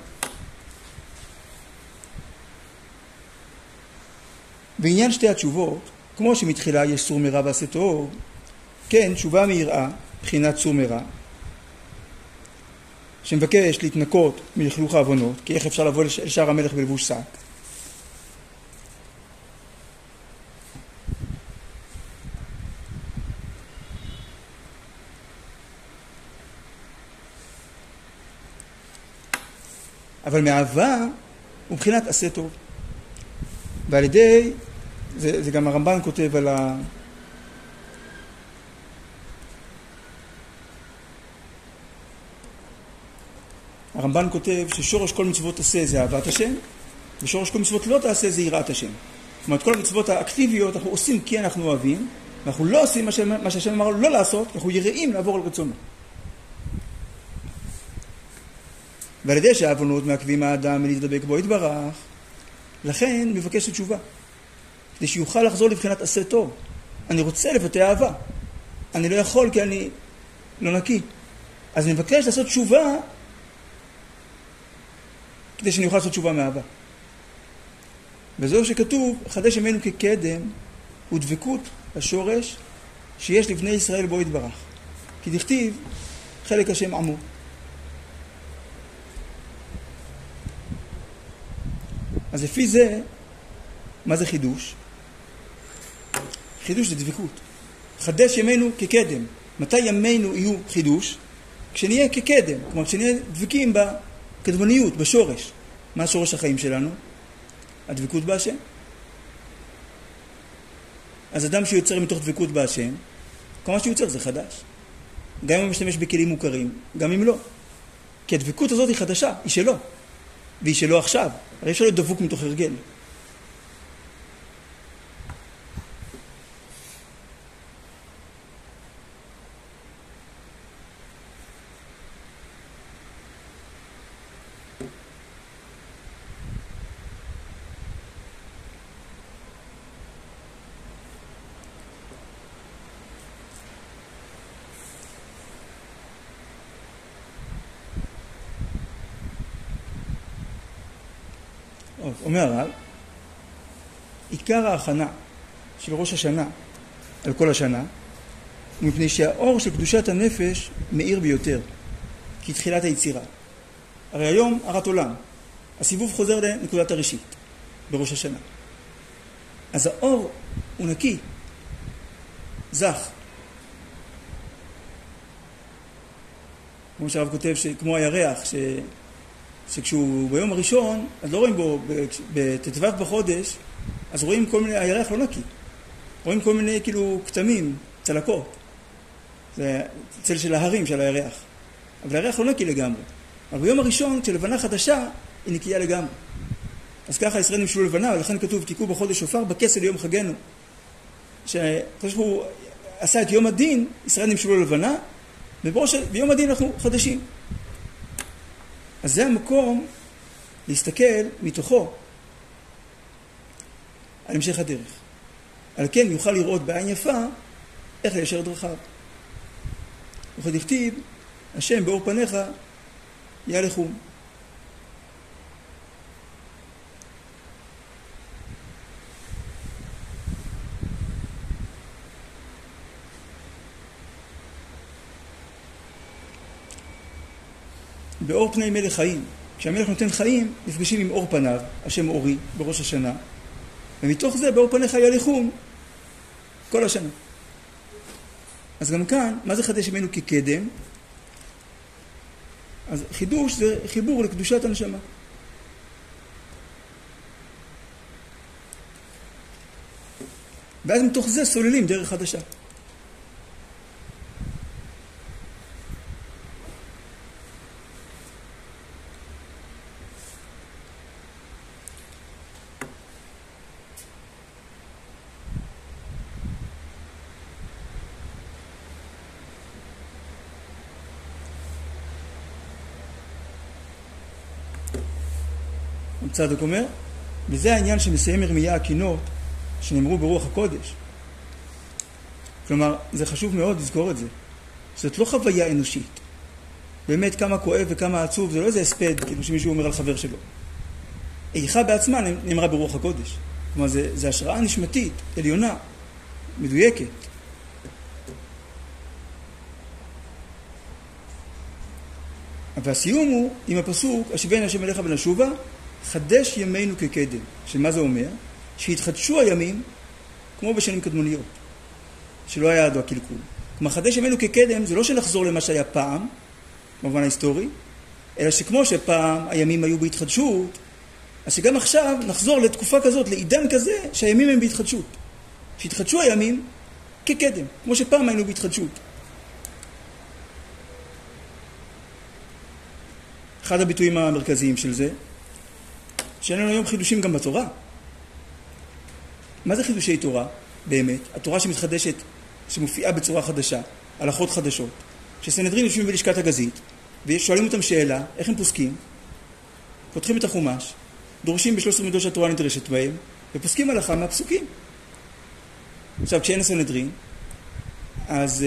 בעניין שתי התשובות, כמו שמתחילה יש סור מרע ועשה טוב, כן, תשובה מיראה, בחינת סור מרע, שמבקש להתנקות מלכלוך העוונות, כי איך אפשר לבוא לשער המלך בלבוש שק? אבל מאהבה הוא בחינת עשה טוב. ועל ידי, זה גם הרמב"ן כותב על הרמב"ן כותב ששורש כל מצוות תעשה זה אהבת השם, ושורש כל מצוות לא תעשה זה יראת השם. זאת אומרת, כל המצוות האקטיביות אנחנו עושים כי אנחנו אוהבים, ואנחנו לא עושים מה שהשם אמר לא לעשות, אנחנו יראים לעבור על רצונו. ועל ידי שהעוונות מעכבים האדם מלהתדבק בו יתברך, לכן מבקש תשובה, כדי שיוכל לחזור לבחינת עשה טוב. אני רוצה לבטא אהבה, אני לא יכול כי אני לא נקי. אז אני מבקש לעשות תשובה, כדי שאני אוכל לעשות תשובה מאהבה. וזהו שכתוב, חדש ימינו כקדם, הוא דבקות השורש שיש לבני ישראל בו יתברך. כי דכתיב, חלק השם עמו. אז לפי זה, מה זה חידוש? חידוש זה דבקות. חדש ימינו כקדם. מתי ימינו יהיו חידוש? כשנהיה כקדם. כלומר, כשנהיה דבקים בקדמוניות, בשורש. מה שורש החיים שלנו? הדבקות בהשם. אז אדם שיוצר מתוך דבקות בהשם, כל מה שיוצר זה חדש. גם אם הוא משתמש בכלים מוכרים, גם אם לא. כי הדבקות הזאת היא חדשה, היא שלו. והיא שלו עכשיו. הרי אפשר להיות דבוק מתוך הרגל. אומר הרב, עיקר ההכנה של ראש השנה על כל השנה, מפני שהאור של קדושת הנפש מאיר ביותר, כתחילת היצירה. הרי היום הרת עולם, הסיבוב חוזר לנקודת הראשית, בראש השנה. אז האור הוא נקי, זך. כמו שהרב כותב, כמו הירח, שכשהוא ביום הראשון, אז לא רואים בו, בט"ו בחודש, אז רואים כל מיני, הירח לא נקי. רואים כל מיני כאילו כתמים, צלקות. זה צל של ההרים של הירח. אבל הירח לא נקי לגמרי. אבל ביום הראשון, כשלבנה חדשה, היא נקייה לגמרי. אז ככה ישראל נמשלו לבנה, ולכן כתוב, תיקעו בחודש שופר בכסל ליום חגנו. שהוא עשה את יום הדין, ישראל נמשלו לבנה, וביום הדין אנחנו חדשים. אז זה המקום להסתכל מתוכו על המשך הדרך. על כן יוכל לראות בעין יפה איך ליישר את דרכיו. וכד הכתיב, השם באור פניך יהלכום. באור פני מלך חיים. כשהמלך נותן חיים, נפגשים עם אור פניו, השם אורי, בראש השנה. ומתוך זה, באור פניך יהלכום, כל השנה. אז גם כאן, מה זה חדש ממנו כקדם? אז חידוש זה חיבור לקדושת הנשמה. ואז מתוך זה סוללים דרך חדשה. צדוק אומר, וזה העניין שמסיים ירמיה הקינות שנאמרו ברוח הקודש. כלומר, זה חשוב מאוד לזכור את זה. זאת לא חוויה אנושית. באמת כמה כואב וכמה עצוב, זה לא איזה הספד, כאילו שמישהו אומר על חבר שלו. איכה בעצמה נאמרה ברוח הקודש. כלומר, זה השראה נשמתית, עליונה, מדויקת. והסיום הוא עם הפסוק, השבני השם אליך ונשובה, חדש ימינו כקדם. שמה זה אומר? שהתחדשו הימים כמו בשנים קדמוניות. שלא היה עדו הקלקול. כלומר, חדש ימינו כקדם זה לא שנחזור למה שהיה פעם, במובן ההיסטורי, אלא שכמו שפעם הימים היו בהתחדשות, אז שגם עכשיו נחזור לתקופה כזאת, לעידן כזה, שהימים הם בהתחדשות. שהתחדשו הימים כקדם, כמו שפעם היינו בהתחדשות. אחד הביטויים המרכזיים של זה, שאין לנו היום חידושים גם בתורה. מה זה חידושי תורה? באמת, התורה שמתחדשת, שמופיעה בצורה חדשה, הלכות חדשות, שסנהדרין יושבים בלשכת הגזית, ושואלים אותם שאלה, איך הם פוסקים, פותחים את החומש, דורשים ב13 מידות שהתורה נדרשת בהם, ופוסקים הלכה מהפסוקים. עכשיו, כשאין הסנהדרין, אז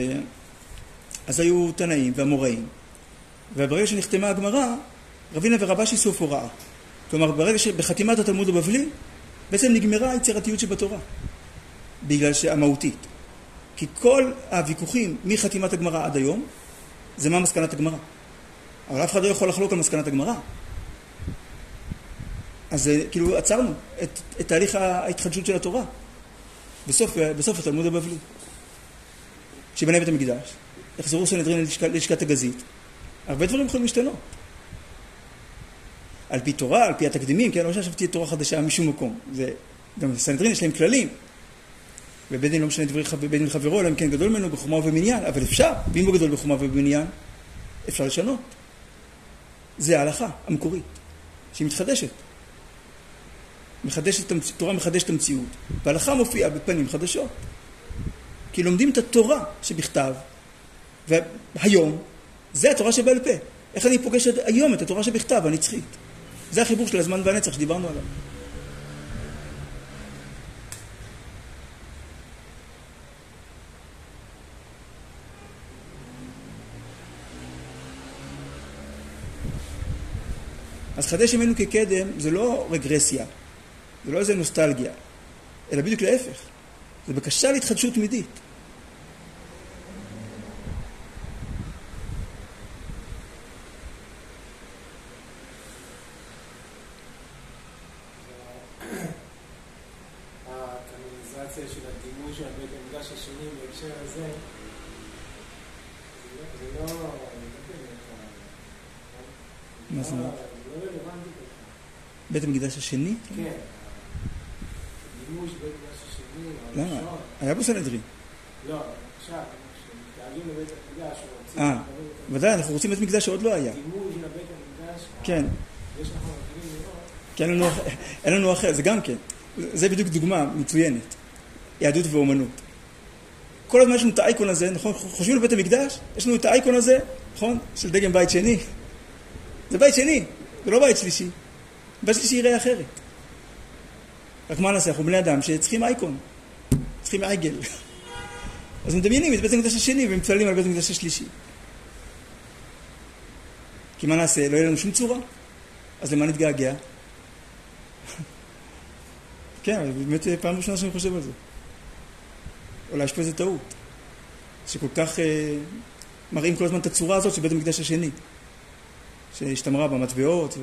היו תנאים והמוראים, וברגע שנחתמה הגמרא, רבינה ורבשי סוף הוראה. כלומר, ברגע שבחתימת התלמוד הבבלי, בעצם נגמרה היצירתיות שבתורה, בגלל שהמהותית. כי כל הוויכוחים מחתימת הגמרא עד היום, זה מה מסקנת הגמרא. אבל אף אחד לא יכול לחלוק על מסקנת הגמרא. אז כאילו עצרנו את תהליך ההתחדשות של התורה, בסוף התלמוד הבבלי. שבנה בית המקדש, יחזרו סנהדרין ללשכת הגזית, הרבה דברים יכולים להשתנות. על פי תורה, על פי התקדימים, כן, לא שעכשיו תהיה תורה חדשה משום מקום. זה, גם סנהדרין יש להם כללים. ובית דין לא משנה דברי בית דין חברו, אלא אם כן גדול ממנו בחומה ובמניין, אבל אפשר, ואם הוא גדול בחומה ובמניין, אפשר לשנות. זה ההלכה המקורית, שהיא מתחדשת. תורה מחדשת המציאות, וההלכה מופיעה בפנים חדשות. כי לומדים את התורה שבכתב, והיום, זה התורה שבעל פה. איך אני פוגש היום את התורה שבכתב, הנצחית? זה החיבור של הזמן והנצח שדיברנו עליו. אז חדש ימינו כקדם זה לא רגרסיה, זה לא איזה נוסטלגיה, אלא בדיוק להפך. זה בקשה להתחדשות תמידית. הקנוניזציה של הדימוי של בית המקדש השני בהקשר הזה, זה לא... מה זאת אומרת? בית המקדש השני? כן. דימוי של בית המקדש השני, למה? היה בו סנהדרין. לא, עכשיו, כשמתאגים לבית המקדש, רוצים... ודאי, אנחנו רוצים בית מקדש שעוד לא היה. דימוי של הבית המקדש, כן. יש לך מבינים לראות. כן, אין לנו אחר, זה גם כן. זה בדיוק דוגמה מצוינת. יהדות ואומנות. כל הזמן יש לנו את האייקון הזה, נכון? חושבים לבית המקדש, יש לנו את האייקון הזה, נכון? של דגם בית שני. זה בית שני, זה לא בית שלישי. בית שלישי יראה אחרת. רק מה נעשה? אנחנו בני אדם שצריכים אייקון. צריכים עגל. אז מדמיינים את בית המקדש השני ומתפללים על בית המקדש השלישי. כי מה נעשה? לא יהיה לנו שום צורה? אז למה נתגעגע? כן, באמת פעם ראשונה שאני חושב על זה. אולי יש פה איזו טעות. שכל כך מראים כל הזמן את הצורה הזאת של בית המקדש השני. שהשתמרה במטבעות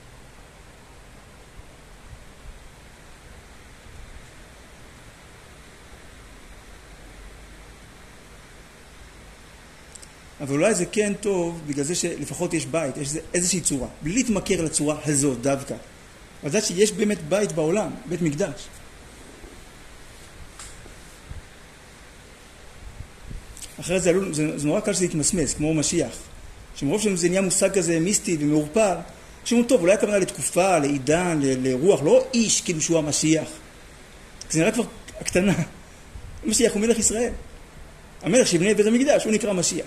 אבל אולי זה כן טוב בגלל זה שלפחות יש בית, יש איזושהי צורה, בלי להתמכר לצורה הזאת דווקא. אבל זה שיש באמת בית בעולם, בית מקדש. אחרי זה נורא קל שזה יתמסמס, כמו משיח. שמרוב שזה נהיה מושג כזה מיסטי ומעורפל, שאומרים טוב, אולי הכוונה לתקופה, לעידן, לרוח, לא איש כאילו שהוא המשיח. זה נראה כבר הקטנה. המשיח הוא מלך ישראל. המלך שבנה את בית המקדש, הוא נקרא משיח.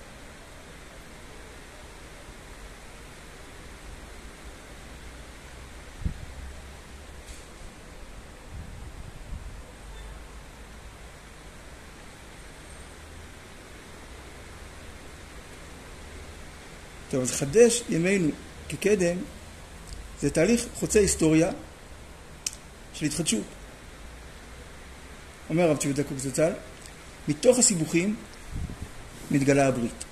טוב, אז חדש ימינו כקדם, זה תהליך חוצה היסטוריה של התחדשות. אומר הרב צבי יהודה קוק זצ"ל, מתוך הסיבוכים מתגלה הברית.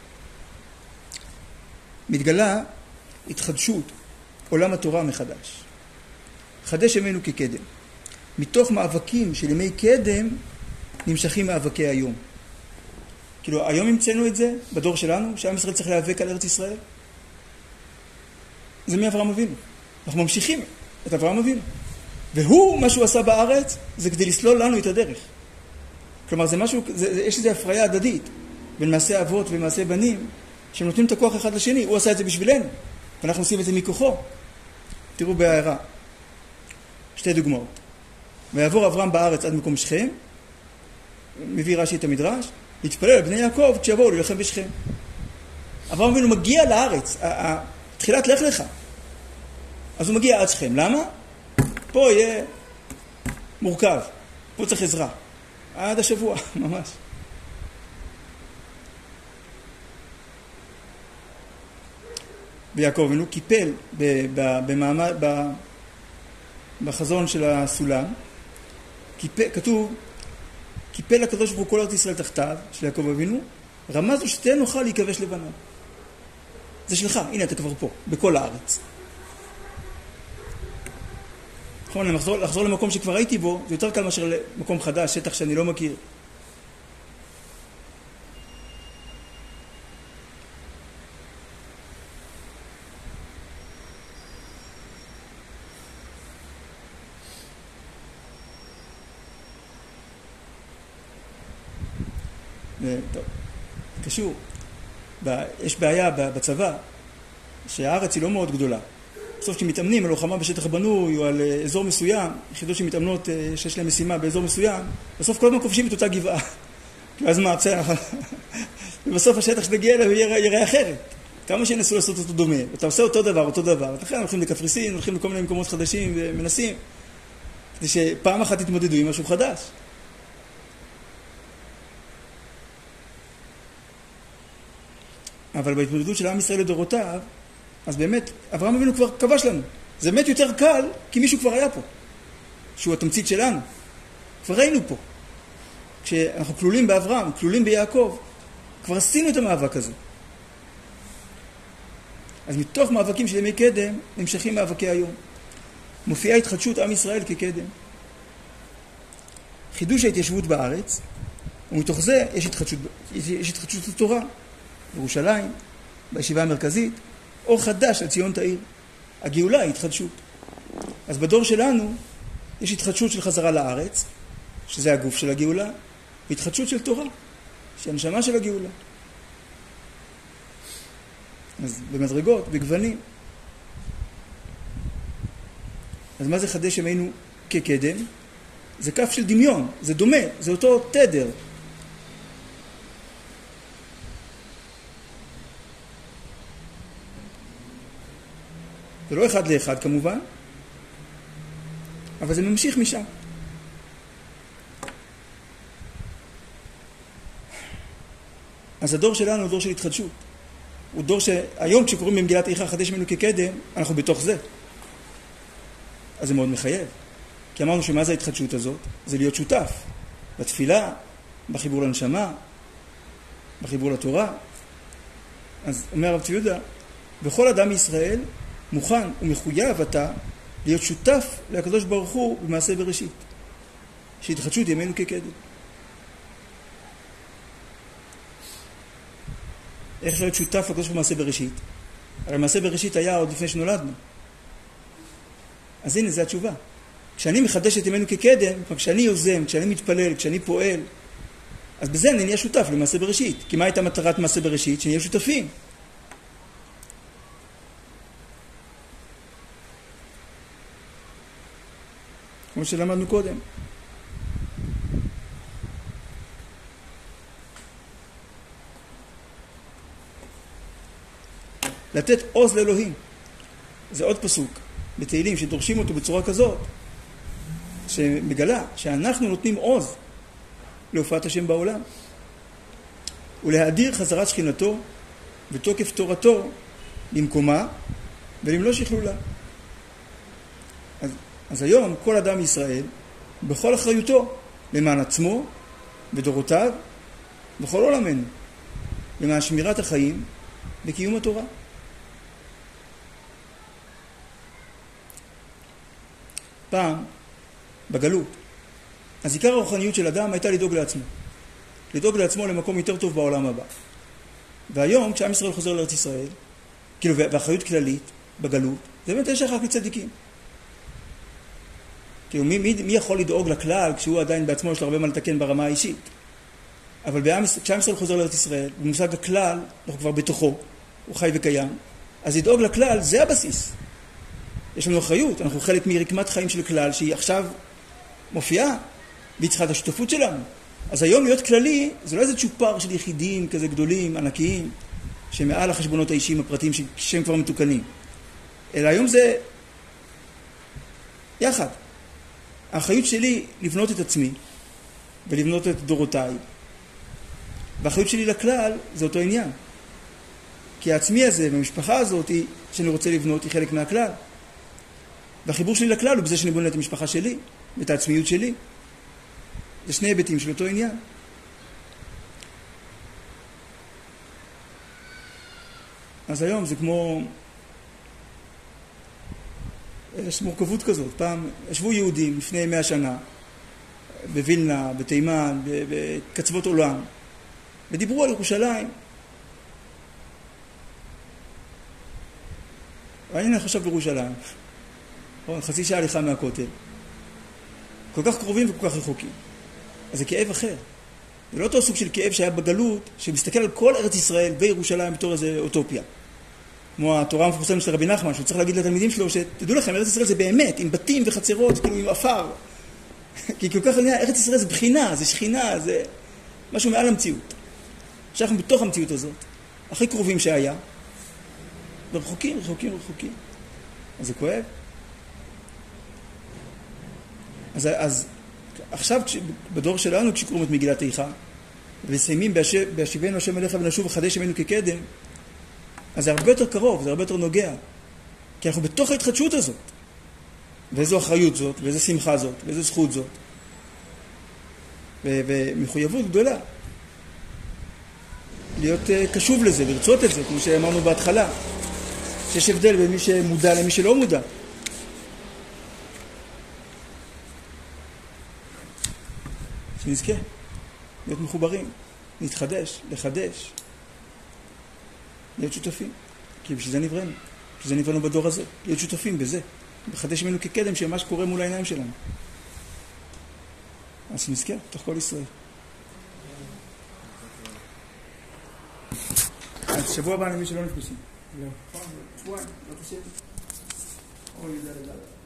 מתגלה התחדשות עולם התורה מחדש. חדש ימינו כקדם. מתוך מאבקים של ימי קדם נמשכים מאבקי היום. כאילו, היום המצאנו את זה בדור שלנו, שעם ישראל צריך להיאבק על ארץ ישראל. זה מאברהם אבינו. אנחנו ממשיכים את אברהם אבינו. והוא, מה שהוא עשה בארץ, זה כדי לסלול לנו את הדרך. כלומר, זה משהו, יש איזו הפריה הדדית בין מעשי אבות ומעשי בנים, שהם נותנים את הכוח אחד לשני. הוא עשה את זה בשבילנו, ואנחנו עושים את זה מכוחו. תראו בהערה. שתי דוגמאות. ויעבור אברהם בארץ עד מקום שכם, מביא רש"י את המדרש, להתפלל על בני יעקב כשיבואו להילחם בשכם. אברהם אבינו מגיע לארץ, תחילת לך לך. אז הוא מגיע עד שכם. למה? פה יהיה מורכב. פה צריך עזרה. עד השבוע, ממש. ויעקב אבינו קיפל בחזון של הסולם. כתוב, קיפל הקדוש ברוך הוא כל ארץ ישראל תחתיו, של יעקב אבינו, רמז לו שתהיה נוכל להיכבש לבניו. זה שלך, הנה אתה כבר פה, בכל הארץ. נכון, לחזור למקום שכבר הייתי בו, זה יותר קל מאשר למקום חדש, שטח שאני לא מכיר. טוב, קשור. יש בעיה בצבא, שהארץ היא לא מאוד גדולה. בסוף כשמתאמנים על לוחמה בשטח בנוי או על אזור מסוים, יחידות שמתאמנות שיש להם משימה באזור מסוים, בסוף כל הזמן כובשים את אותה גבעה. אז מה, בסדר. ובסוף השטח שתגיע אליו יראה אחרת. כמה שינסו לעשות אותו דומה. אתה עושה אותו דבר. לכן הולכים לקפריסין, הולכים לכל מיני מקומות חדשים ומנסים, כדי שפעם אחת תתמודדו עם משהו חדש. אבל בהתמודדות של עם ישראל לדורותיו, אז באמת, אברהם אבינו כבר כבש לנו. זה באמת יותר קל, כי מישהו כבר היה פה. שהוא התמצית שלנו. כבר ראינו פה. כשאנחנו כלולים באברהם, כלולים ביעקב, כבר עשינו את המאבק הזה. אז מתוך מאבקים של ימי קדם, נמשכים מאבקי היום. מופיעה התחדשות עם ישראל כקדם. חידוש ההתיישבות בארץ, ומתוך זה יש התחדשות לתורה. בירושלים, בישיבה המרכזית, אור חדש על ציון תאיר. הגאולה היא התחדשות. אז בדור שלנו יש התחדשות של חזרה לארץ, שזה הגוף של הגאולה, והתחדשות של תורה, שהיא הנשמה של הגאולה. אז במדרגות, בגוונים. אז מה זה חדש ימינו כקדם? זה כף של דמיון, זה דומה, זה אותו תדר. זה לא אחד לאחד כמובן, אבל זה ממשיך משם. אז הדור שלנו הוא דור של התחדשות. הוא דור שהיום כשקוראים במגילת איכה חדש ימינו כקדם, אנחנו בתוך זה. אז זה מאוד מחייב. כי אמרנו שמה זה ההתחדשות הזאת? זה להיות שותף. בתפילה, בחיבור לנשמה, בחיבור לתורה. אז אומר הרב צבי יהודה, בכל אדם מישראל מוכן ומחויב אתה להיות שותף לקדוש ברוך הוא במעשה בראשית. שהתחדשות ימינו כקדם. איך להיות שותף לקדוש ברוך הוא במעשה בראשית? הרי מעשה בראשית היה עוד לפני שנולדנו. אז הנה, זו התשובה. כשאני מחדש את ימינו כקדם, כשאני יוזם, כשאני מתפלל, כשאני פועל, אז בזה אני נהיה שותף למעשה בראשית. כי מה הייתה מטרת מעשה בראשית? שנהיה שותפים. כמו שלמדנו קודם. לתת עוז לאלוהים. זה עוד פסוק בתהילים שדורשים אותו בצורה כזאת, שמגלה שאנחנו נותנים עוז להופעת השם בעולם. ולהאדיר חזרת שכינתו ותוקף תורתו למקומה ולמלוא שכלולה. אז היום כל אדם מישראל, בכל אחריותו, למען עצמו ודורותיו, בכל עולמנו, למען שמירת החיים וקיום התורה. פעם, בגלות, אז עיקר הרוחניות של אדם הייתה לדאוג לעצמו. לדאוג לעצמו למקום יותר טוב בעולם הבא. והיום, כשעם ישראל חוזר לארץ ישראל, כאילו, ואחריות כללית, בגלות, זה באמת יש רק לצדיקים. כאילו, מי יכול לדאוג לכלל כשהוא עדיין בעצמו יש לו הרבה מה לתקן ברמה האישית? אבל כשעם ישראל חוזר לארץ ישראל, במושג הכלל, אנחנו כבר בתוכו, הוא חי וקיים, אז לדאוג לכלל, זה הבסיס. יש לנו אחריות, אנחנו חלק מרקמת חיים של כלל, שהיא עכשיו מופיעה, והיא צריכה את השותפות שלנו. אז היום להיות כללי, זה לא איזה צ'ופר של יחידים כזה גדולים, ענקיים, שמעל החשבונות האישיים הפרטיים שהם כבר מתוקנים. אלא היום זה יחד. האחריות שלי לבנות את עצמי, ולבנות את דורותיי. והאחריות שלי לכלל זה אותו עניין. כי העצמי הזה, והמשפחה הזאת שאני רוצה לבנות, היא חלק מהכלל. והחיבור שלי לכלל הוא בזה שאני בונה את המשפחה שלי, ואת העצמיות שלי. זה שני היבטים של אותו עניין. אז היום זה כמו... יש מורכבות כזאת. פעם ישבו יהודים לפני 100 שנה, בווילנה, בתימן, בקצוות עולם, ודיברו על ירושלים. אני חושב בירושלים. חצי שעה הליכה מהכותל. כל כך קרובים וכל כך רחוקים. אז זה כאב אחר. זה לא אותו סוג של כאב שהיה בגלות, שמסתכל על כל ארץ ישראל וירושלים בתור איזה אוטופיה. כמו התורה המפורסמת של רבי נחמן, שהוא צריך להגיד לתלמידים שלו, שתדעו לכם, ארץ ישראל זה באמת, עם בתים וחצרות, כאילו עם אפר. כי כל כך ארץ ישראל זה בחינה, זה שכינה, זה משהו מעל המציאות. שאנחנו בתוך המציאות הזאת, הכי קרובים שהיה, ורחוקים, רחוקים, רחוקים. אז זה כואב. אז עכשיו בדור שלנו, כשקוראים את מגילת איכה, וסיימים בהשיבנו השם אליך ונשוב וחדש ימינו כקדם, אז זה הרבה יותר קרוב, זה הרבה יותר נוגע. כי אנחנו בתוך ההתחדשות הזאת. ואיזו אחריות זאת, ואיזו שמחה זאת, ואיזו זכות זאת. ומחויבות גדולה. להיות קשוב לזה, לרצות את זה, כמו שאמרנו בהתחלה. שיש הבדל בין מי שמודע למי שלא מודע. שנזכה, להיות מחוברים, להתחדש, לחדש, להיות שותפים. כי בשביל זה נבראנו. בשביל זה נבראנו בדור הזה. להיות שותפים בזה. לחדש ממנו כקדם שמה שקורה מול העיניים שלנו. אז שנזכה, תוך כל ישראל. אז שבוע הבא למי שלא נפגשים. לא. שבועיים, לא תשב. אוי, ידע לדעת.